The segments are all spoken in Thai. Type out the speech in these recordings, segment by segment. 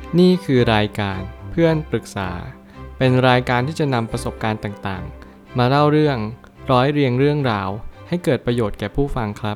นี่คือรายการเพื่อนปรึกษาเป็นรายการที่จะนำประสบการณ์ต่างๆมาเล่าเรื่องร้อยเรียงเรื่องราวให้เกิดประโยชน์แก่ผู้ฟังครับ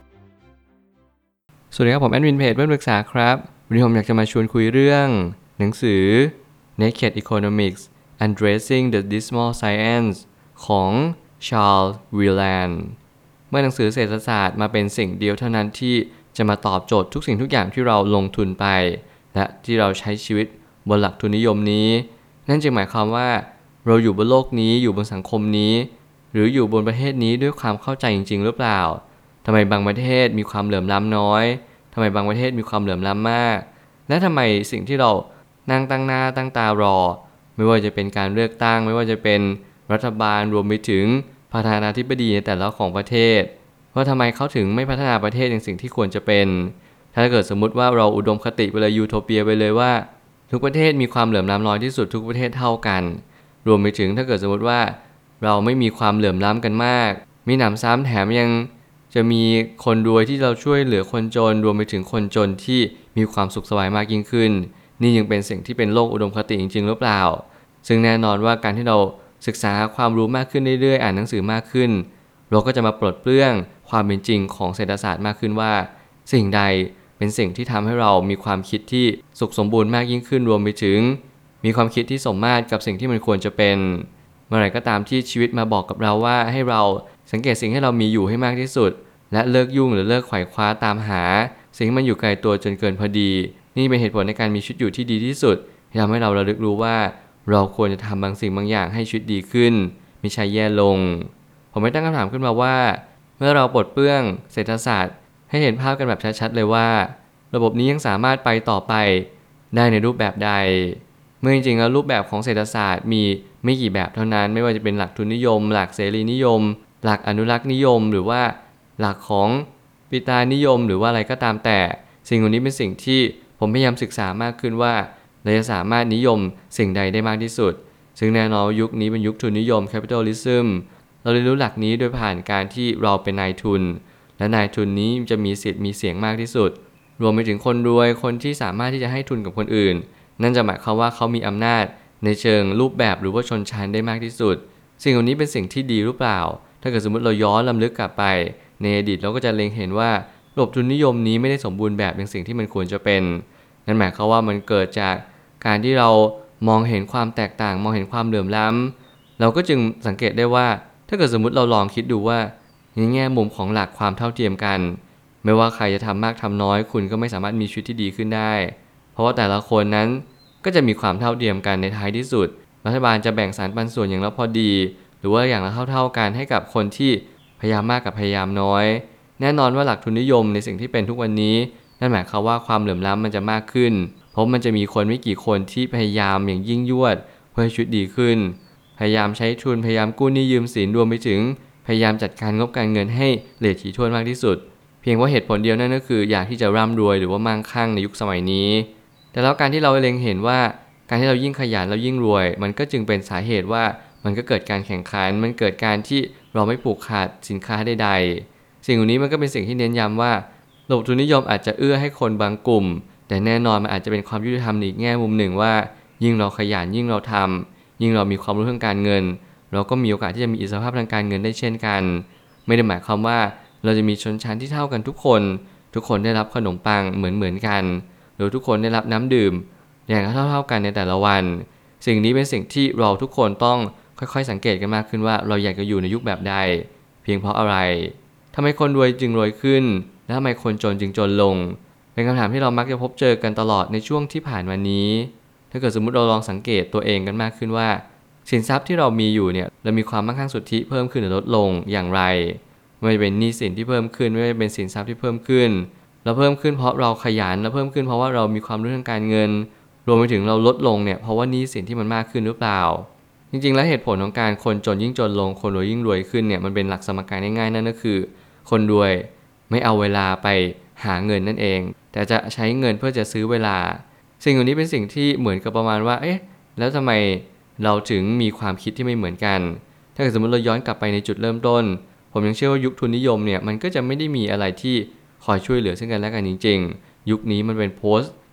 สวัสดีครับผมแอดมินเพจเพื่อนปรึกษาครับวันนี้ผมอยากจะมาชวนคุยเรื่องหนังสือ Naked Economics Addressing the Dismal Science ของ Charles Wieland เมื่อหนังสือเศรษฐศาสตร์มาเป็นสิ่งเดียวเท่านั้นที่จะมาตอบโจทย์ทุกสิ่งทุกอย่างที่เราลงทุนไปและที่เราใช้ชีวิตบนหลักทุนนิยมนี้นั่นจึงหมายความว่าเราอยู่บนโลกนี้อยู่บนสังคมนี้หรืออยู่บนประเทศนี้ด้วยความเข้าใจจริงๆหรือเปล่าทำไมบางประเทศมีความเหลื่อมล้ำน้อยทำไมบางประเทศมีความเหลื่อมล้ำมากและทำไมสิ่งที่เรานั่งตั้งหน้าตั้งตารอไม่ว่าจะเป็นการเลือกตั้งไม่ว่าจะเป็นรัฐบาลรวมไปถึงประธานาธิบดีในแต่ละของประเทศว่าทำไมเขาถึงไม่พัฒนาประเทศอย่างสิ่งที่ควรจะเป็นถ้าเกิดสมมุติว่าเราอุดมคติไปเลยยูโทเปียไปเลยว่าทุกประเทศมีความเหลื่อมล้ำน้อยที่สุดทุกประเทศเท่ากันรวมไปถึงถ้าเกิดสมมติว่าเราไม่มีความเหลื่อมล้ำกันมากมีหนำซ้ำแถมยังจะมีคนรวยที่เราช่วยเหลือคนจนรวมไปถึงคนจนที่มีความสุขสบายมากยิ่งขึ้นนี่ยังเป็นสิ่งที่เป็นโลกอุดมคติจริงๆหรือเปล่าซึ่งแน่นอนว่าการที่เราศึกษาความรู้มากขึ้นเรื่อยๆอ่านหนังสือมากขึ้นเราก็จะมาปลดเปลื้องความเป็นจริงของเศรษฐศาสตร์มากขึ้นว่าสิ่งใดเป็นสิ่งที่ทำให้เรามีความคิดที่สุขสมบูรณ์มากยิ่งขึ้นรวมไปถึงมีความคิดที่สมมาตรกับสิ่งที่มันควรจะเป็นเมื่อไหร่ก็ตามที่ชีวิตมาบอกกับเราว่าให้เราสังเกตสิ่งที่เรามีอยู่ให้มากที่สุดและเลิกยุ่งหรือเลิกไขว่คว้าตามหาสิ่งที่มันอยู่ไกลตัวจนเกินพอดีนี่เป็นเหตุผลในการมีชีวิตอยู่ที่ดีที่สุดที่ทำให้เราระลึกรู้ว่าเราควรจะทำบางสิ่งบางอย่างให้ชีวิตดีขึ้นไม่ใช่แย่ลงผมไม่ตั้งคำถามขึ้นมาว่าเมื่อเราปลดเปลื้องเศรษฐศาสตร์ให้เห็นภาพกันแบบชัดๆเลยว่าระบบนี้ยังสามารถไปต่อไปได้ในรูปแบบใดเมื่อจริงๆแล้วรูปแบบของเศรษฐศาสตร์มีไม่กี่แบบเท่านั้นไม่ว่าจะเป็นหลักทุนนิยมหลักเสรีนิยมหลักอนุรักษ์นิยมหรือว่าหลักของปิตานิยมหรือว่าอะไรก็ตามแต่สิ่งเหล่านี้เป็นสิ่งที่ผมพยายามศึกษามากขึ้นว่าเราจะสามารถนิยมสิ่งใดได้มากที่สุดซึ่งแน่นอนยุคนี้เป็นยุคทุนนิยม Capitalism เราเรียนรู้หลักนี้โดยผ่านการที่เราเป็นนายทุนและนายทุนนี้จะมีสิทธิ์มีเสียงมากที่สุดรวมไปถึงคนรวยคนที่สามารถที่จะให้ทุนกับคนอื่นนั่นจะหมายความว่าเขามีอำนาจในเชิงรูปแบบหรือว่าชนชั้นได้มากที่สุดสิ่งเหล่านี้เป็นสิ่งที่ดีหรือเปล่าถ้าเกิดสมมติเราย้อนลำลึกกลับไปในอดีตเราก็จะเล็งเห็นว่าระบบทุนนิยมนี้ไม่ได้สมบูรณ์แบบอย่างสิ่งที่มันควรจะเป็นนั่นหมายความว่ามันเกิดจากการที่เรามองเห็นความแตกต่างมองเห็นความเหลื่อมล้ำเราก็จึงสังเกตได้ว่าถ้าเกิดสมมติเราลองคิดดูว่าในแง่มุมของหลักความเท่าเทียมกันไม่ว่าใครจะทำมากทำน้อยคุณก็ไม่สามารถมีชีวิตที่ดีขึ้นได้เพราะว่าแต่ละคนนั้นก็จะมีความเท่าเทียมกันในท้ายที่สุดรัฐบาลจะแบ่งสรรปันส่วนอย่างละพอดีหรือว่าอย่างละเท่าๆกันให้กับคนที่พยายามมากกับพยายามน้อยแน่นอนว่าหลักทุนนิยมในสิ่งที่เป็นทุกวันนี้นั่นหมายความว่าความเหลื่อมล้ำมันจะมากขึ้นเพราะมันจะมีคนไม่กี่คนที่พยายามอย่างยิ่งยวดเพื่อให้ชีวิตดีขึ้นพยายามใช้ทุนพยายามกู้หนี้ยืมสินรวมไปถึงพยายามจัดการงบการเงินให้ละเอียดถี่ถ้วนมากที่สุดเพียงว่าเหตุผลเดียวนั่นก็คืออยากที่จะร่ำรวยหรือว่ามั่งคั่งในยุคสมัยนี้แต่แล้วการที่เราเล็งเห็นว่าการที่เรายิ่งขยันเรายิ่งรวยมันก็จึงเป็นสาเหตุว่ามันก็เกิดการแข่งขันมันเกิดการที่เราไม่ผูกขาดสินค้าใดๆสิ่งเหล่านี้มันก็เป็นสิ่งที่เน้นย้ำว่าระบบทุนนิยมอาจจะเอื้อให้คนบางกลุ่มแต่แน่นอนมันอาจจะเป็นความยุติธรรมในอีกแง่มุมหนึ่งว่ายิ่งเราขยันยิ่งเราทำยิ่งเรามีความรู้ทางการเงินเราก็มีโอกาสที่จะมีอิสรภาพทางการเงินได้เช่นกันไม่ได้หมายความว่าเราจะมีชนชั้นที่เท่ากันทุกคนได้รับขนมปังเหมือนกันหรือทุกคนได้รับน้ำดื่มอย่างเท่ากันในแต่ละวันสิ่งนี้เป็นสิ่งที่เราทุกคนต้องค่อยๆสังเกตกันมากขึ้นว่าเราอยากจะอยู่ในยุคแบบใดเพียงเพราะอะไรทำไมคนรวยจึงรวยขึ้นและทำไมคนจนจึงจนลงเป็นคำถามที่เรามักจะพบเจอกันตลอดในช่วงที่ผ่านมานี้ถ้าเกิดสมมุติเราลองสังเกตตัวเองกันมากขึ้นว่าสินทรัพย์ที่เรามีอยู่เนี่ยเรามีความมั่งคั่งสุทธิเพิ่มขึ้นหรือลดลงอย่างไรไม่ว่าจะเป็นหนี้สินที่เพิ่มขึ้นไม่ว่าจะเป็นสินทรัพย์ที่เพิ่มขึ้นเราเพิ่มขึ้นเพราะเราขยันเราเพิ่มขึ้นเพราะว่าเรามีความรู้ทางการเงินรวมไปถึงเราลดลงเนี่ยเพราะว่าหนี้สินที่มันมากขึ้นหรือเปล่าจริงๆแล้วเหตุผลของการคนจนยิ่งจนลงคนรวยยิ่งรวยขึ้นเนี่ยมันเป็นหลักสมการง่ายๆนั่นก็คือคนรวยไม่เอาเวลาไปหาเงินนั่นเองแต่จะใช้เงินเพื่อจะซื้อเวลาสิ่งเหล่านี้เป็นสิ่งที่เหมือนกับประมาณว่าเอ๊ะแล้วทำไมเราถึงมีความคิดที่ไม่เหมือนกันถ้าเกิดสมมติเราย้อนกลับไปในจุดเริ่มต้นผมยังเชื่อว่ายุคทุนนิยมเนี่ยมันก็จะไม่ได้มีอะไรที่คอยช่วยเหลือซึ่งกันและกันจริงๆยุคนี้มันเป็น post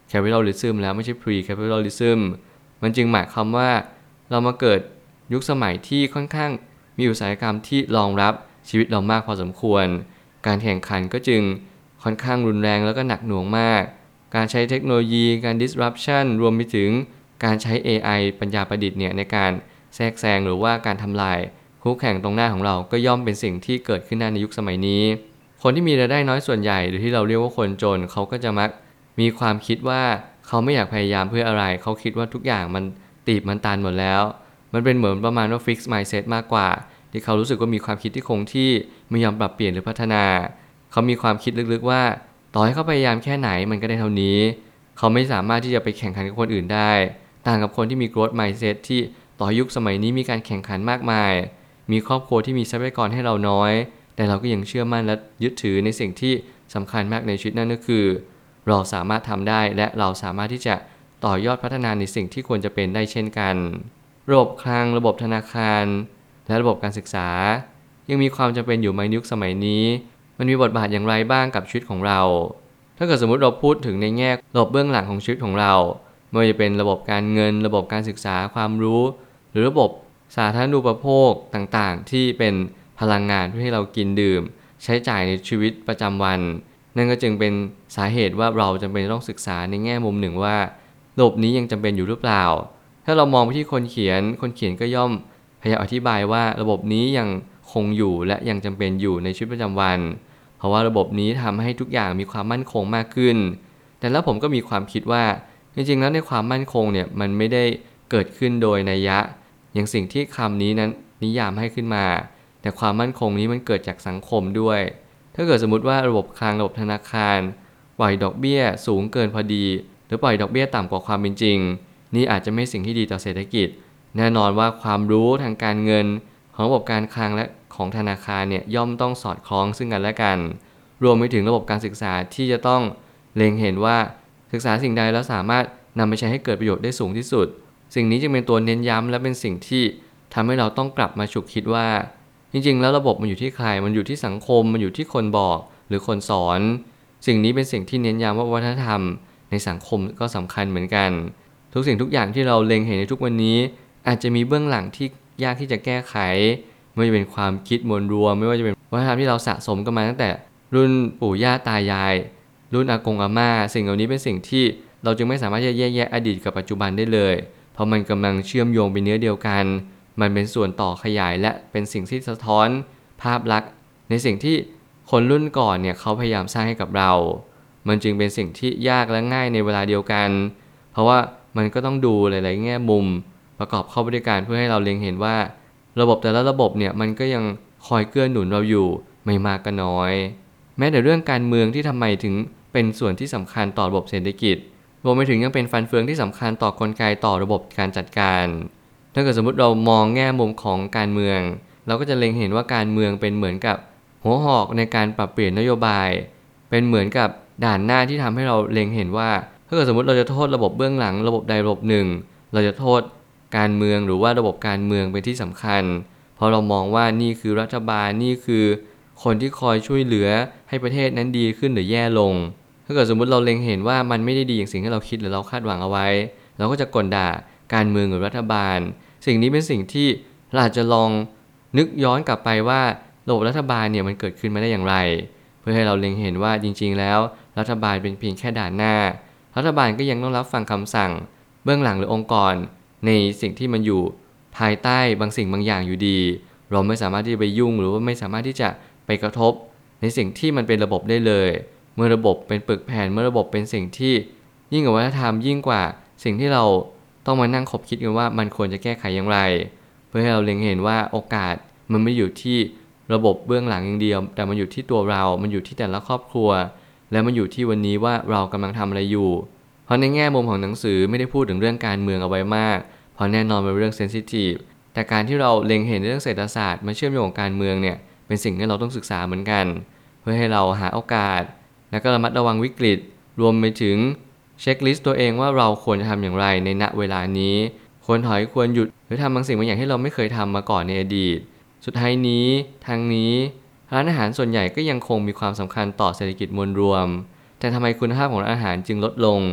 capitalism แล้วไม่ใช่ pre capitalism มันจึงหมายความว่าเรามาเกิดยุคสมัยที่ค่อนข้างมีอุตสาหกรรมที่รองรับชีวิตเรามากพอสมควรการแข่งขันก็จึงค่อนข้างรุนแรงแล้วก็หนักหน่วงมากการใช้เทคโนโลยีการ disruption รวมไปถึงการใช้ AI ปัญญาประดิษฐ์เนี่ยในการแทรกแซงหรือว่าการทำลายคู่แข่งตรงหน้าของเราก็ย่อมเป็นสิ่งที่เกิดขึ้นได้ในยุคสมัยนี้คนที่มีรายได้น้อยส่วนใหญ่หรือที่เราเรียกว่าคนจนเขาก็จะมักมีความคิดว่าเขาไม่อยากพยายามเพื่ออะไรเขาคิดว่าทุกอย่างมันตีบมันตันหมดแล้วมันเป็นเหมือนประมาณว่า fix mindset มากกว่าที่เขารู้สึกว่ามีความคิดที่คงที่ไม่ยอมปรับเปลี่ยนหรือพัฒนาเขามีความคิดลึกๆว่าต่อให้เขาพยายามแค่ไหนมันก็ได้เท่านี้เขาไม่สามารถที่จะไปแข่งขันกับคนอื่นได้ต่างกับคนที่มี growth mindset ที่ต่อยุคสมัยนี้มีการแข่งขันมากมายมีครอบครัวที่มีทรัพยากรให้เราน้อยแต่เราก็ยังเชื่อมั่นและยึดถือในสิ่งที่สำคัญมากในชีวิตนั่นก็คือเราสามารถทำได้และเราสามารถที่จะต่อยอดพัฒนาในสิ่งที่ควรจะเป็นได้เช่นกันระบบคลังระบบธนาคารและระบบการศึกษายังมีความจำเป็นอยู่ในยุคสมัยนี้มันมีบทบาทอย่างไรบ้างกับชีวิตของเราถ้าเกิดสมมติเราพูดถึงในแง่ระบบเบื้องหลังของชีวิตของเราไม่ว่าจะเป็นระบบการเงินระบบการศึกษาความรู้หรือระบบสาธารณูปโภคต่างๆที่เป็นพลังงานเพื่อให้เรากินดื่มใช้จ่ายในชีวิตประจำวันนั่นก็จึงเป็นสาเหตุว่าเราจำเป็นต้องศึกษาในแง่มุมหนึ่งว่าระบบนี้ยังจำเป็นอยู่หรือเปล่าถ้าเรามองไปที่คนเขียนก็ย่อมพยายามอธิบายว่าระบบนี้ยังคงอยู่และยังจำเป็นอยู่ในชีวิตประจำวันเพราะว่าระบบนี้ทำให้ทุกอย่างมีความมั่นคงมากขึ้นแต่แล้วผมก็มีความคิดว่าจริงๆแล้วในความมั่นคงเนี่ยมันไม่ได้เกิดขึ้นโดยนัยยะอย่างสิ่งที่คำนี้นั้นนิยามให้ขึ้นมาแต่ความมั่นคงนี้มันเกิดจากสังคมด้วยถ้าเกิดสมมติว่าระบบคลังระบบธนาคารปล่อยดอกเบี้ยสูงเกินพอดีหรือปล่อยดอกเบี้ยต่ำกว่าความเป็นจริงนี่อาจจะไม่สิ่งที่ดีต่อเศรษฐกิจแน่นอนว่าความรู้ทางการเงินของระบบการคลังและของธนาคารเนี่ยย่อมต้องสอดคล้องซึ่งกันและกันรวมไปถึงระบบการศึกษาที่จะต้องเล็งเห็นว่าศึกษาสิ่งใดแล้วสามารถนำไปใช้ให้เกิดประโยชน์ได้สูงที่สุดสิ่งนี้จึงเป็นตัวเน้นย้ำและเป็นสิ่งที่ทำให้เราต้องกลับมาฉุกคิดว่าจริงๆแล้วระบบมันอยู่ที่ใครมันอยู่ที่สังคมมันอยู่ที่คนบอกหรือคนสอนสิ่งนี้เป็นสิ่งที่เน้นย้ำว่าวัฒนธรรมในสังคมก็สำคัญเหมือนกันทุกสิ่งทุกอย่างที่เราเล็งเห็นในทุกวันนี้อาจจะมีเบื้องหลังที่ยากที่จะแก้ไขไม่ว่าจะเป็นความคิดมวลรวมไม่ว่าจะเป็นวัฒนธรรมที่เราสะสมกันมาตั้งแต่รุ่นปู่ย่าตายายรุ่นอากงอาม่าสิ่งเหล่านี้เป็นสิ่งที่เราจึงไม่สามารถจะแยกแยะอดีตกับปัจจุบันได้เลยเพราะมันกำลังเชื่อมโยงเป็นเนื้อเดียวกันมันเป็นส่วนต่อขยายและเป็นสิ่งที่สะท้อนภาพลักษณ์ในสิ่งที่คนรุ่นก่อนเนี่ยเขาพยายามสร้างให้กับเรามันจึงเป็นสิ่งที่ยากและง่ายในเวลาเดียวกันเพราะว่ามันก็ต้องดูหลายๆแง่มุมประกอบเข้าไปด้วยกันเพื่อให้เราเล็งเห็นว่าระบบแต่ละระบบเนี่ยมันก็ยังคอยเกื้อหนุนเราอยู่ไม่มากก็น้อยแม้แต่เรื่องการเมืองที่ทำไมถึงเป็นส่วนที่สำคัญต่อระบบเศรษฐกิจรวมไปถึงยังเป็นฟันเฟืองที่สำคัญต่อกลไกต่อระบบการจัดการถ้าเกิดสมมติเรามองแง่มุมของการเมืองเราก็จะเล็งเห็นว่าการเมืองเป็นเหมือนกับหัวหอกในการปรับเปลี่ยนนโยบายเป็นเหมือนกับด่านหน้าที่ทำให้เราเล็งเห็นว่าถ้าเกิดสมมติเราจะโทษระบบเบื้องหลังระบบใดระบบหนึ่งเราจะโทษการเมืองหรือว่าระบบการเมืองเป็นที่สำคัญเพราะเรามองว่านี่คือรัฐบาลนี่คือคนที่คอยช่วยเหลือให้ประเทศนั้นดีขึ้นหรือแย่ลงถ้าเกิดสมมติเราเล็งเห็นว่ามันไม่ได้ดีอย่างสิ่งที่เราคิดหรือเราคาดหวังเอาไว้เราก็จะกลด่าการเมืองหรือรัฐบาลสิ่งนี้เป็นสิ่งที่เราอาจจะลองนึกย้อนกลับไปว่าระบบรัฐบาลเนี่ยมันเกิดขึ้นมาได้อย่างไรเพื่อให้เราเล็งเห็นว่าจริงๆแล้วรัฐบาลเป็นเพียงแค่ด่านหน้ารัฐบาลก็ยังต้องรับฟังคำสั่งเบื้องหลังหรือองค์กรในสิ่งที่มันอยู่ภายใต้บางสิ่งบางอย่างอยู่ดีเราไม่สามารถที่จะไปยุ่งหรือว่าไม่สามารถที่จะไปกระทบในสิ่งที่มันเป็นระบบได้เลยเมื่อระบบเป็นปึกแผ่นเมื่อระบบเป็นสิ่งที่ยิ่งกว่าวัฒนธรรมยิ่งกว่าสิ่งที่เราต้องมานั่งคบคิดกันว่ามันควรจะแก้ไขอย่างไรเพื่อให้เราเล็งเห็นว่าโอกาสมันไม่อยู่ที่ระบบเบื้องหลังอย่างเดียวแต่มันอยู่ที่ตัวเรามันอยู่ที่แต่ละครอบครัวและมันอยู่ที่วันนี้ว่าเรากำลังทำอะไรอยู่เพราะในแง่มุมของหนังสือไม่ได้พูดถึงเรื่องการเมืองเอาไว้มากเพราะแน่นอนเป็นเรื่องเซนซิทีฟแต่การที่เราเล็งเห็นเรื่องเศรษฐศาสตร์มาเชื่อมโยงการเมืองเนี่ยเป็นสิ่งที่เราต้องศึกษาเหมือนกันเพื่อให้เราหาโอกาสและก็ระมัดระวังวิกฤตรวมไปถึงเช็คลิสต์ตัวเองว่าเราควรจะทำอย่างไรในณเวลานี้ควรถอยควรหยุดหรือทำบางสิ่งบางอย่างที่เราไม่เคยทำมาก่อนในอดีตสุดท้ายนี้ทางนี้ร้านอาหารส่วนใหญ่ก็ยังคงมีความสำคัญต่อเศรษฐกิจมวลรวมแต่ทำไมคุณภาพของร้านอาหารจึงลดลง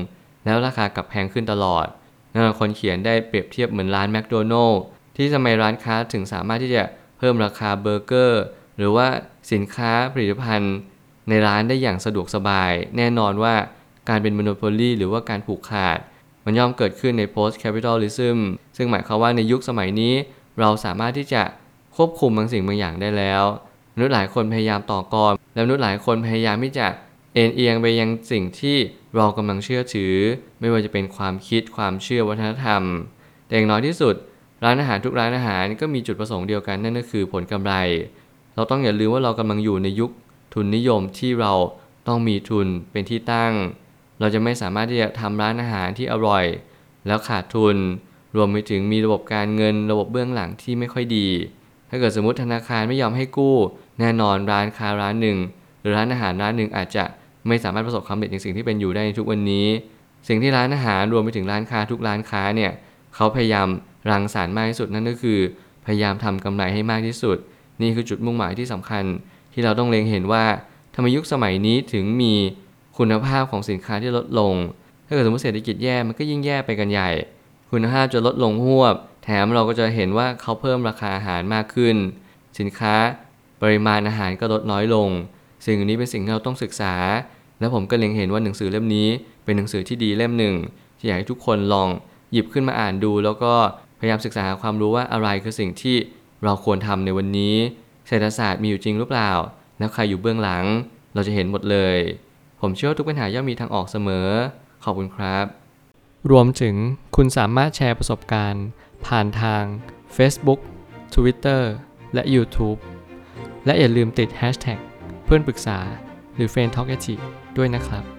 แล้วราคากลับแพงขึ้นตลอดนั่นคนเขียนได้เปรียบเทียบเหมือนร้านแมคโดนัลด์ที่ทำไมร้านค้าถึงสามารถที่จะเพิ่มราคาเบอร์เกอร์หรือว่าสินค้าผลิตภัณฑ์ในร้านได้อย่างสะดวกสบายแน่นอนว่าการเป็นโมโนโพลีหรือว่าการผูกขาดมันย่อมเกิดขึ้นใน post capitalism ซึ่งหมายความว่าในยุคสมัยนี้เราสามารถที่จะควบคุมบางสิ่งบางอย่างได้แล้วมนุษย์หลายคนพยายามต่อกรและมนุษย์หลายคนพยายามที่จะเอ็นเอียงไปยังสิ่งที่เรากำลังเชื่อถือไม่ว่าจะเป็นความคิดความเชื่อวัฒนธรรมแต่อย่างน้อยที่สุดร้านอาหารทุกร้านอาหารก็มีจุดประสงค์เดียวกันนั่นก็คือผลกำไรเราต้องอย่าลืมว่าเรากำลังอยู่ในยุคทุนนิยมที่เราต้องมีทุนเป็นที่ตั้งเราจะไม่สามารถที่จะทำร้านอาหารที่อร่อยแล้วขาดทุนรวมไปถึงมีระบบการเงินระบบเบื้องหลังที่ไม่ค่อยดีถ้าเกิดสมมติธนาคารไม่ยอมให้กู้แน่นอนร้านค้าร้านหนึ่งหรือร้านอาหารร้านหนึ่งอาจจะไม่สามารถประสบความสำเร็จในสิ่งที่เป็นอยู่ได้ในทุกวันนี้สิ่งที่ร้านอาหารรวมไปถึงร้านค้าทุกร้านค้าเนี่ยเขาพยายามรังสรรค์มากที่สุดนั่นก็คือพยายามทำกำไรให้มากที่สุดนี่คือจุดมุ่งหมายที่สำคัญที่เราต้องเล็งเห็นว่าทำไมยุคสมัยนี้ถึงมีคุณภาพของสินค้าที่ลดลงถ้าเกิดสมมติเศรษฐกิจแย่มันก็ยิ่งแย่ไปกันใหญ่คุณภาพจะลดลงหวบแถมเราก็จะเห็นว่าเขาเพิ่มราคาอาหารมากขึ้นสินค้าปริมาณอาหารก็ลดน้อยลงสิ่งนี้เป็นสิ่งที่เราต้องศึกษาและผมก็เล็งเห็นว่าหนังสือเล่มนี้เป็นหนังสือที่ดีเล่มหนึ่งที่อยากให้ทุกคนลองหยิบขึ้นมาอ่านดูแล้วก็พยายามศึกษาหาความรู้ว่าอะไรคือสิ่งที่เราควรทำในวันนี้เศรษฐศาสตร์มีอยู่จริงหรือเปล่าแล้วใครอยู่เบื้องหลังเราจะเห็นหมดเลยผมเชื่อว่าทุกปัญหาย่อมมีทางออกเสมอขอบคุณครับรวมถึงคุณสามารถแชร์ประสบการณ์ผ่านทาง Facebook Twitter และ YouTube และอย่าลืมติด Hashtag เพื่อนปรึกษาหรือ Friend Talk ด้วยนะครับ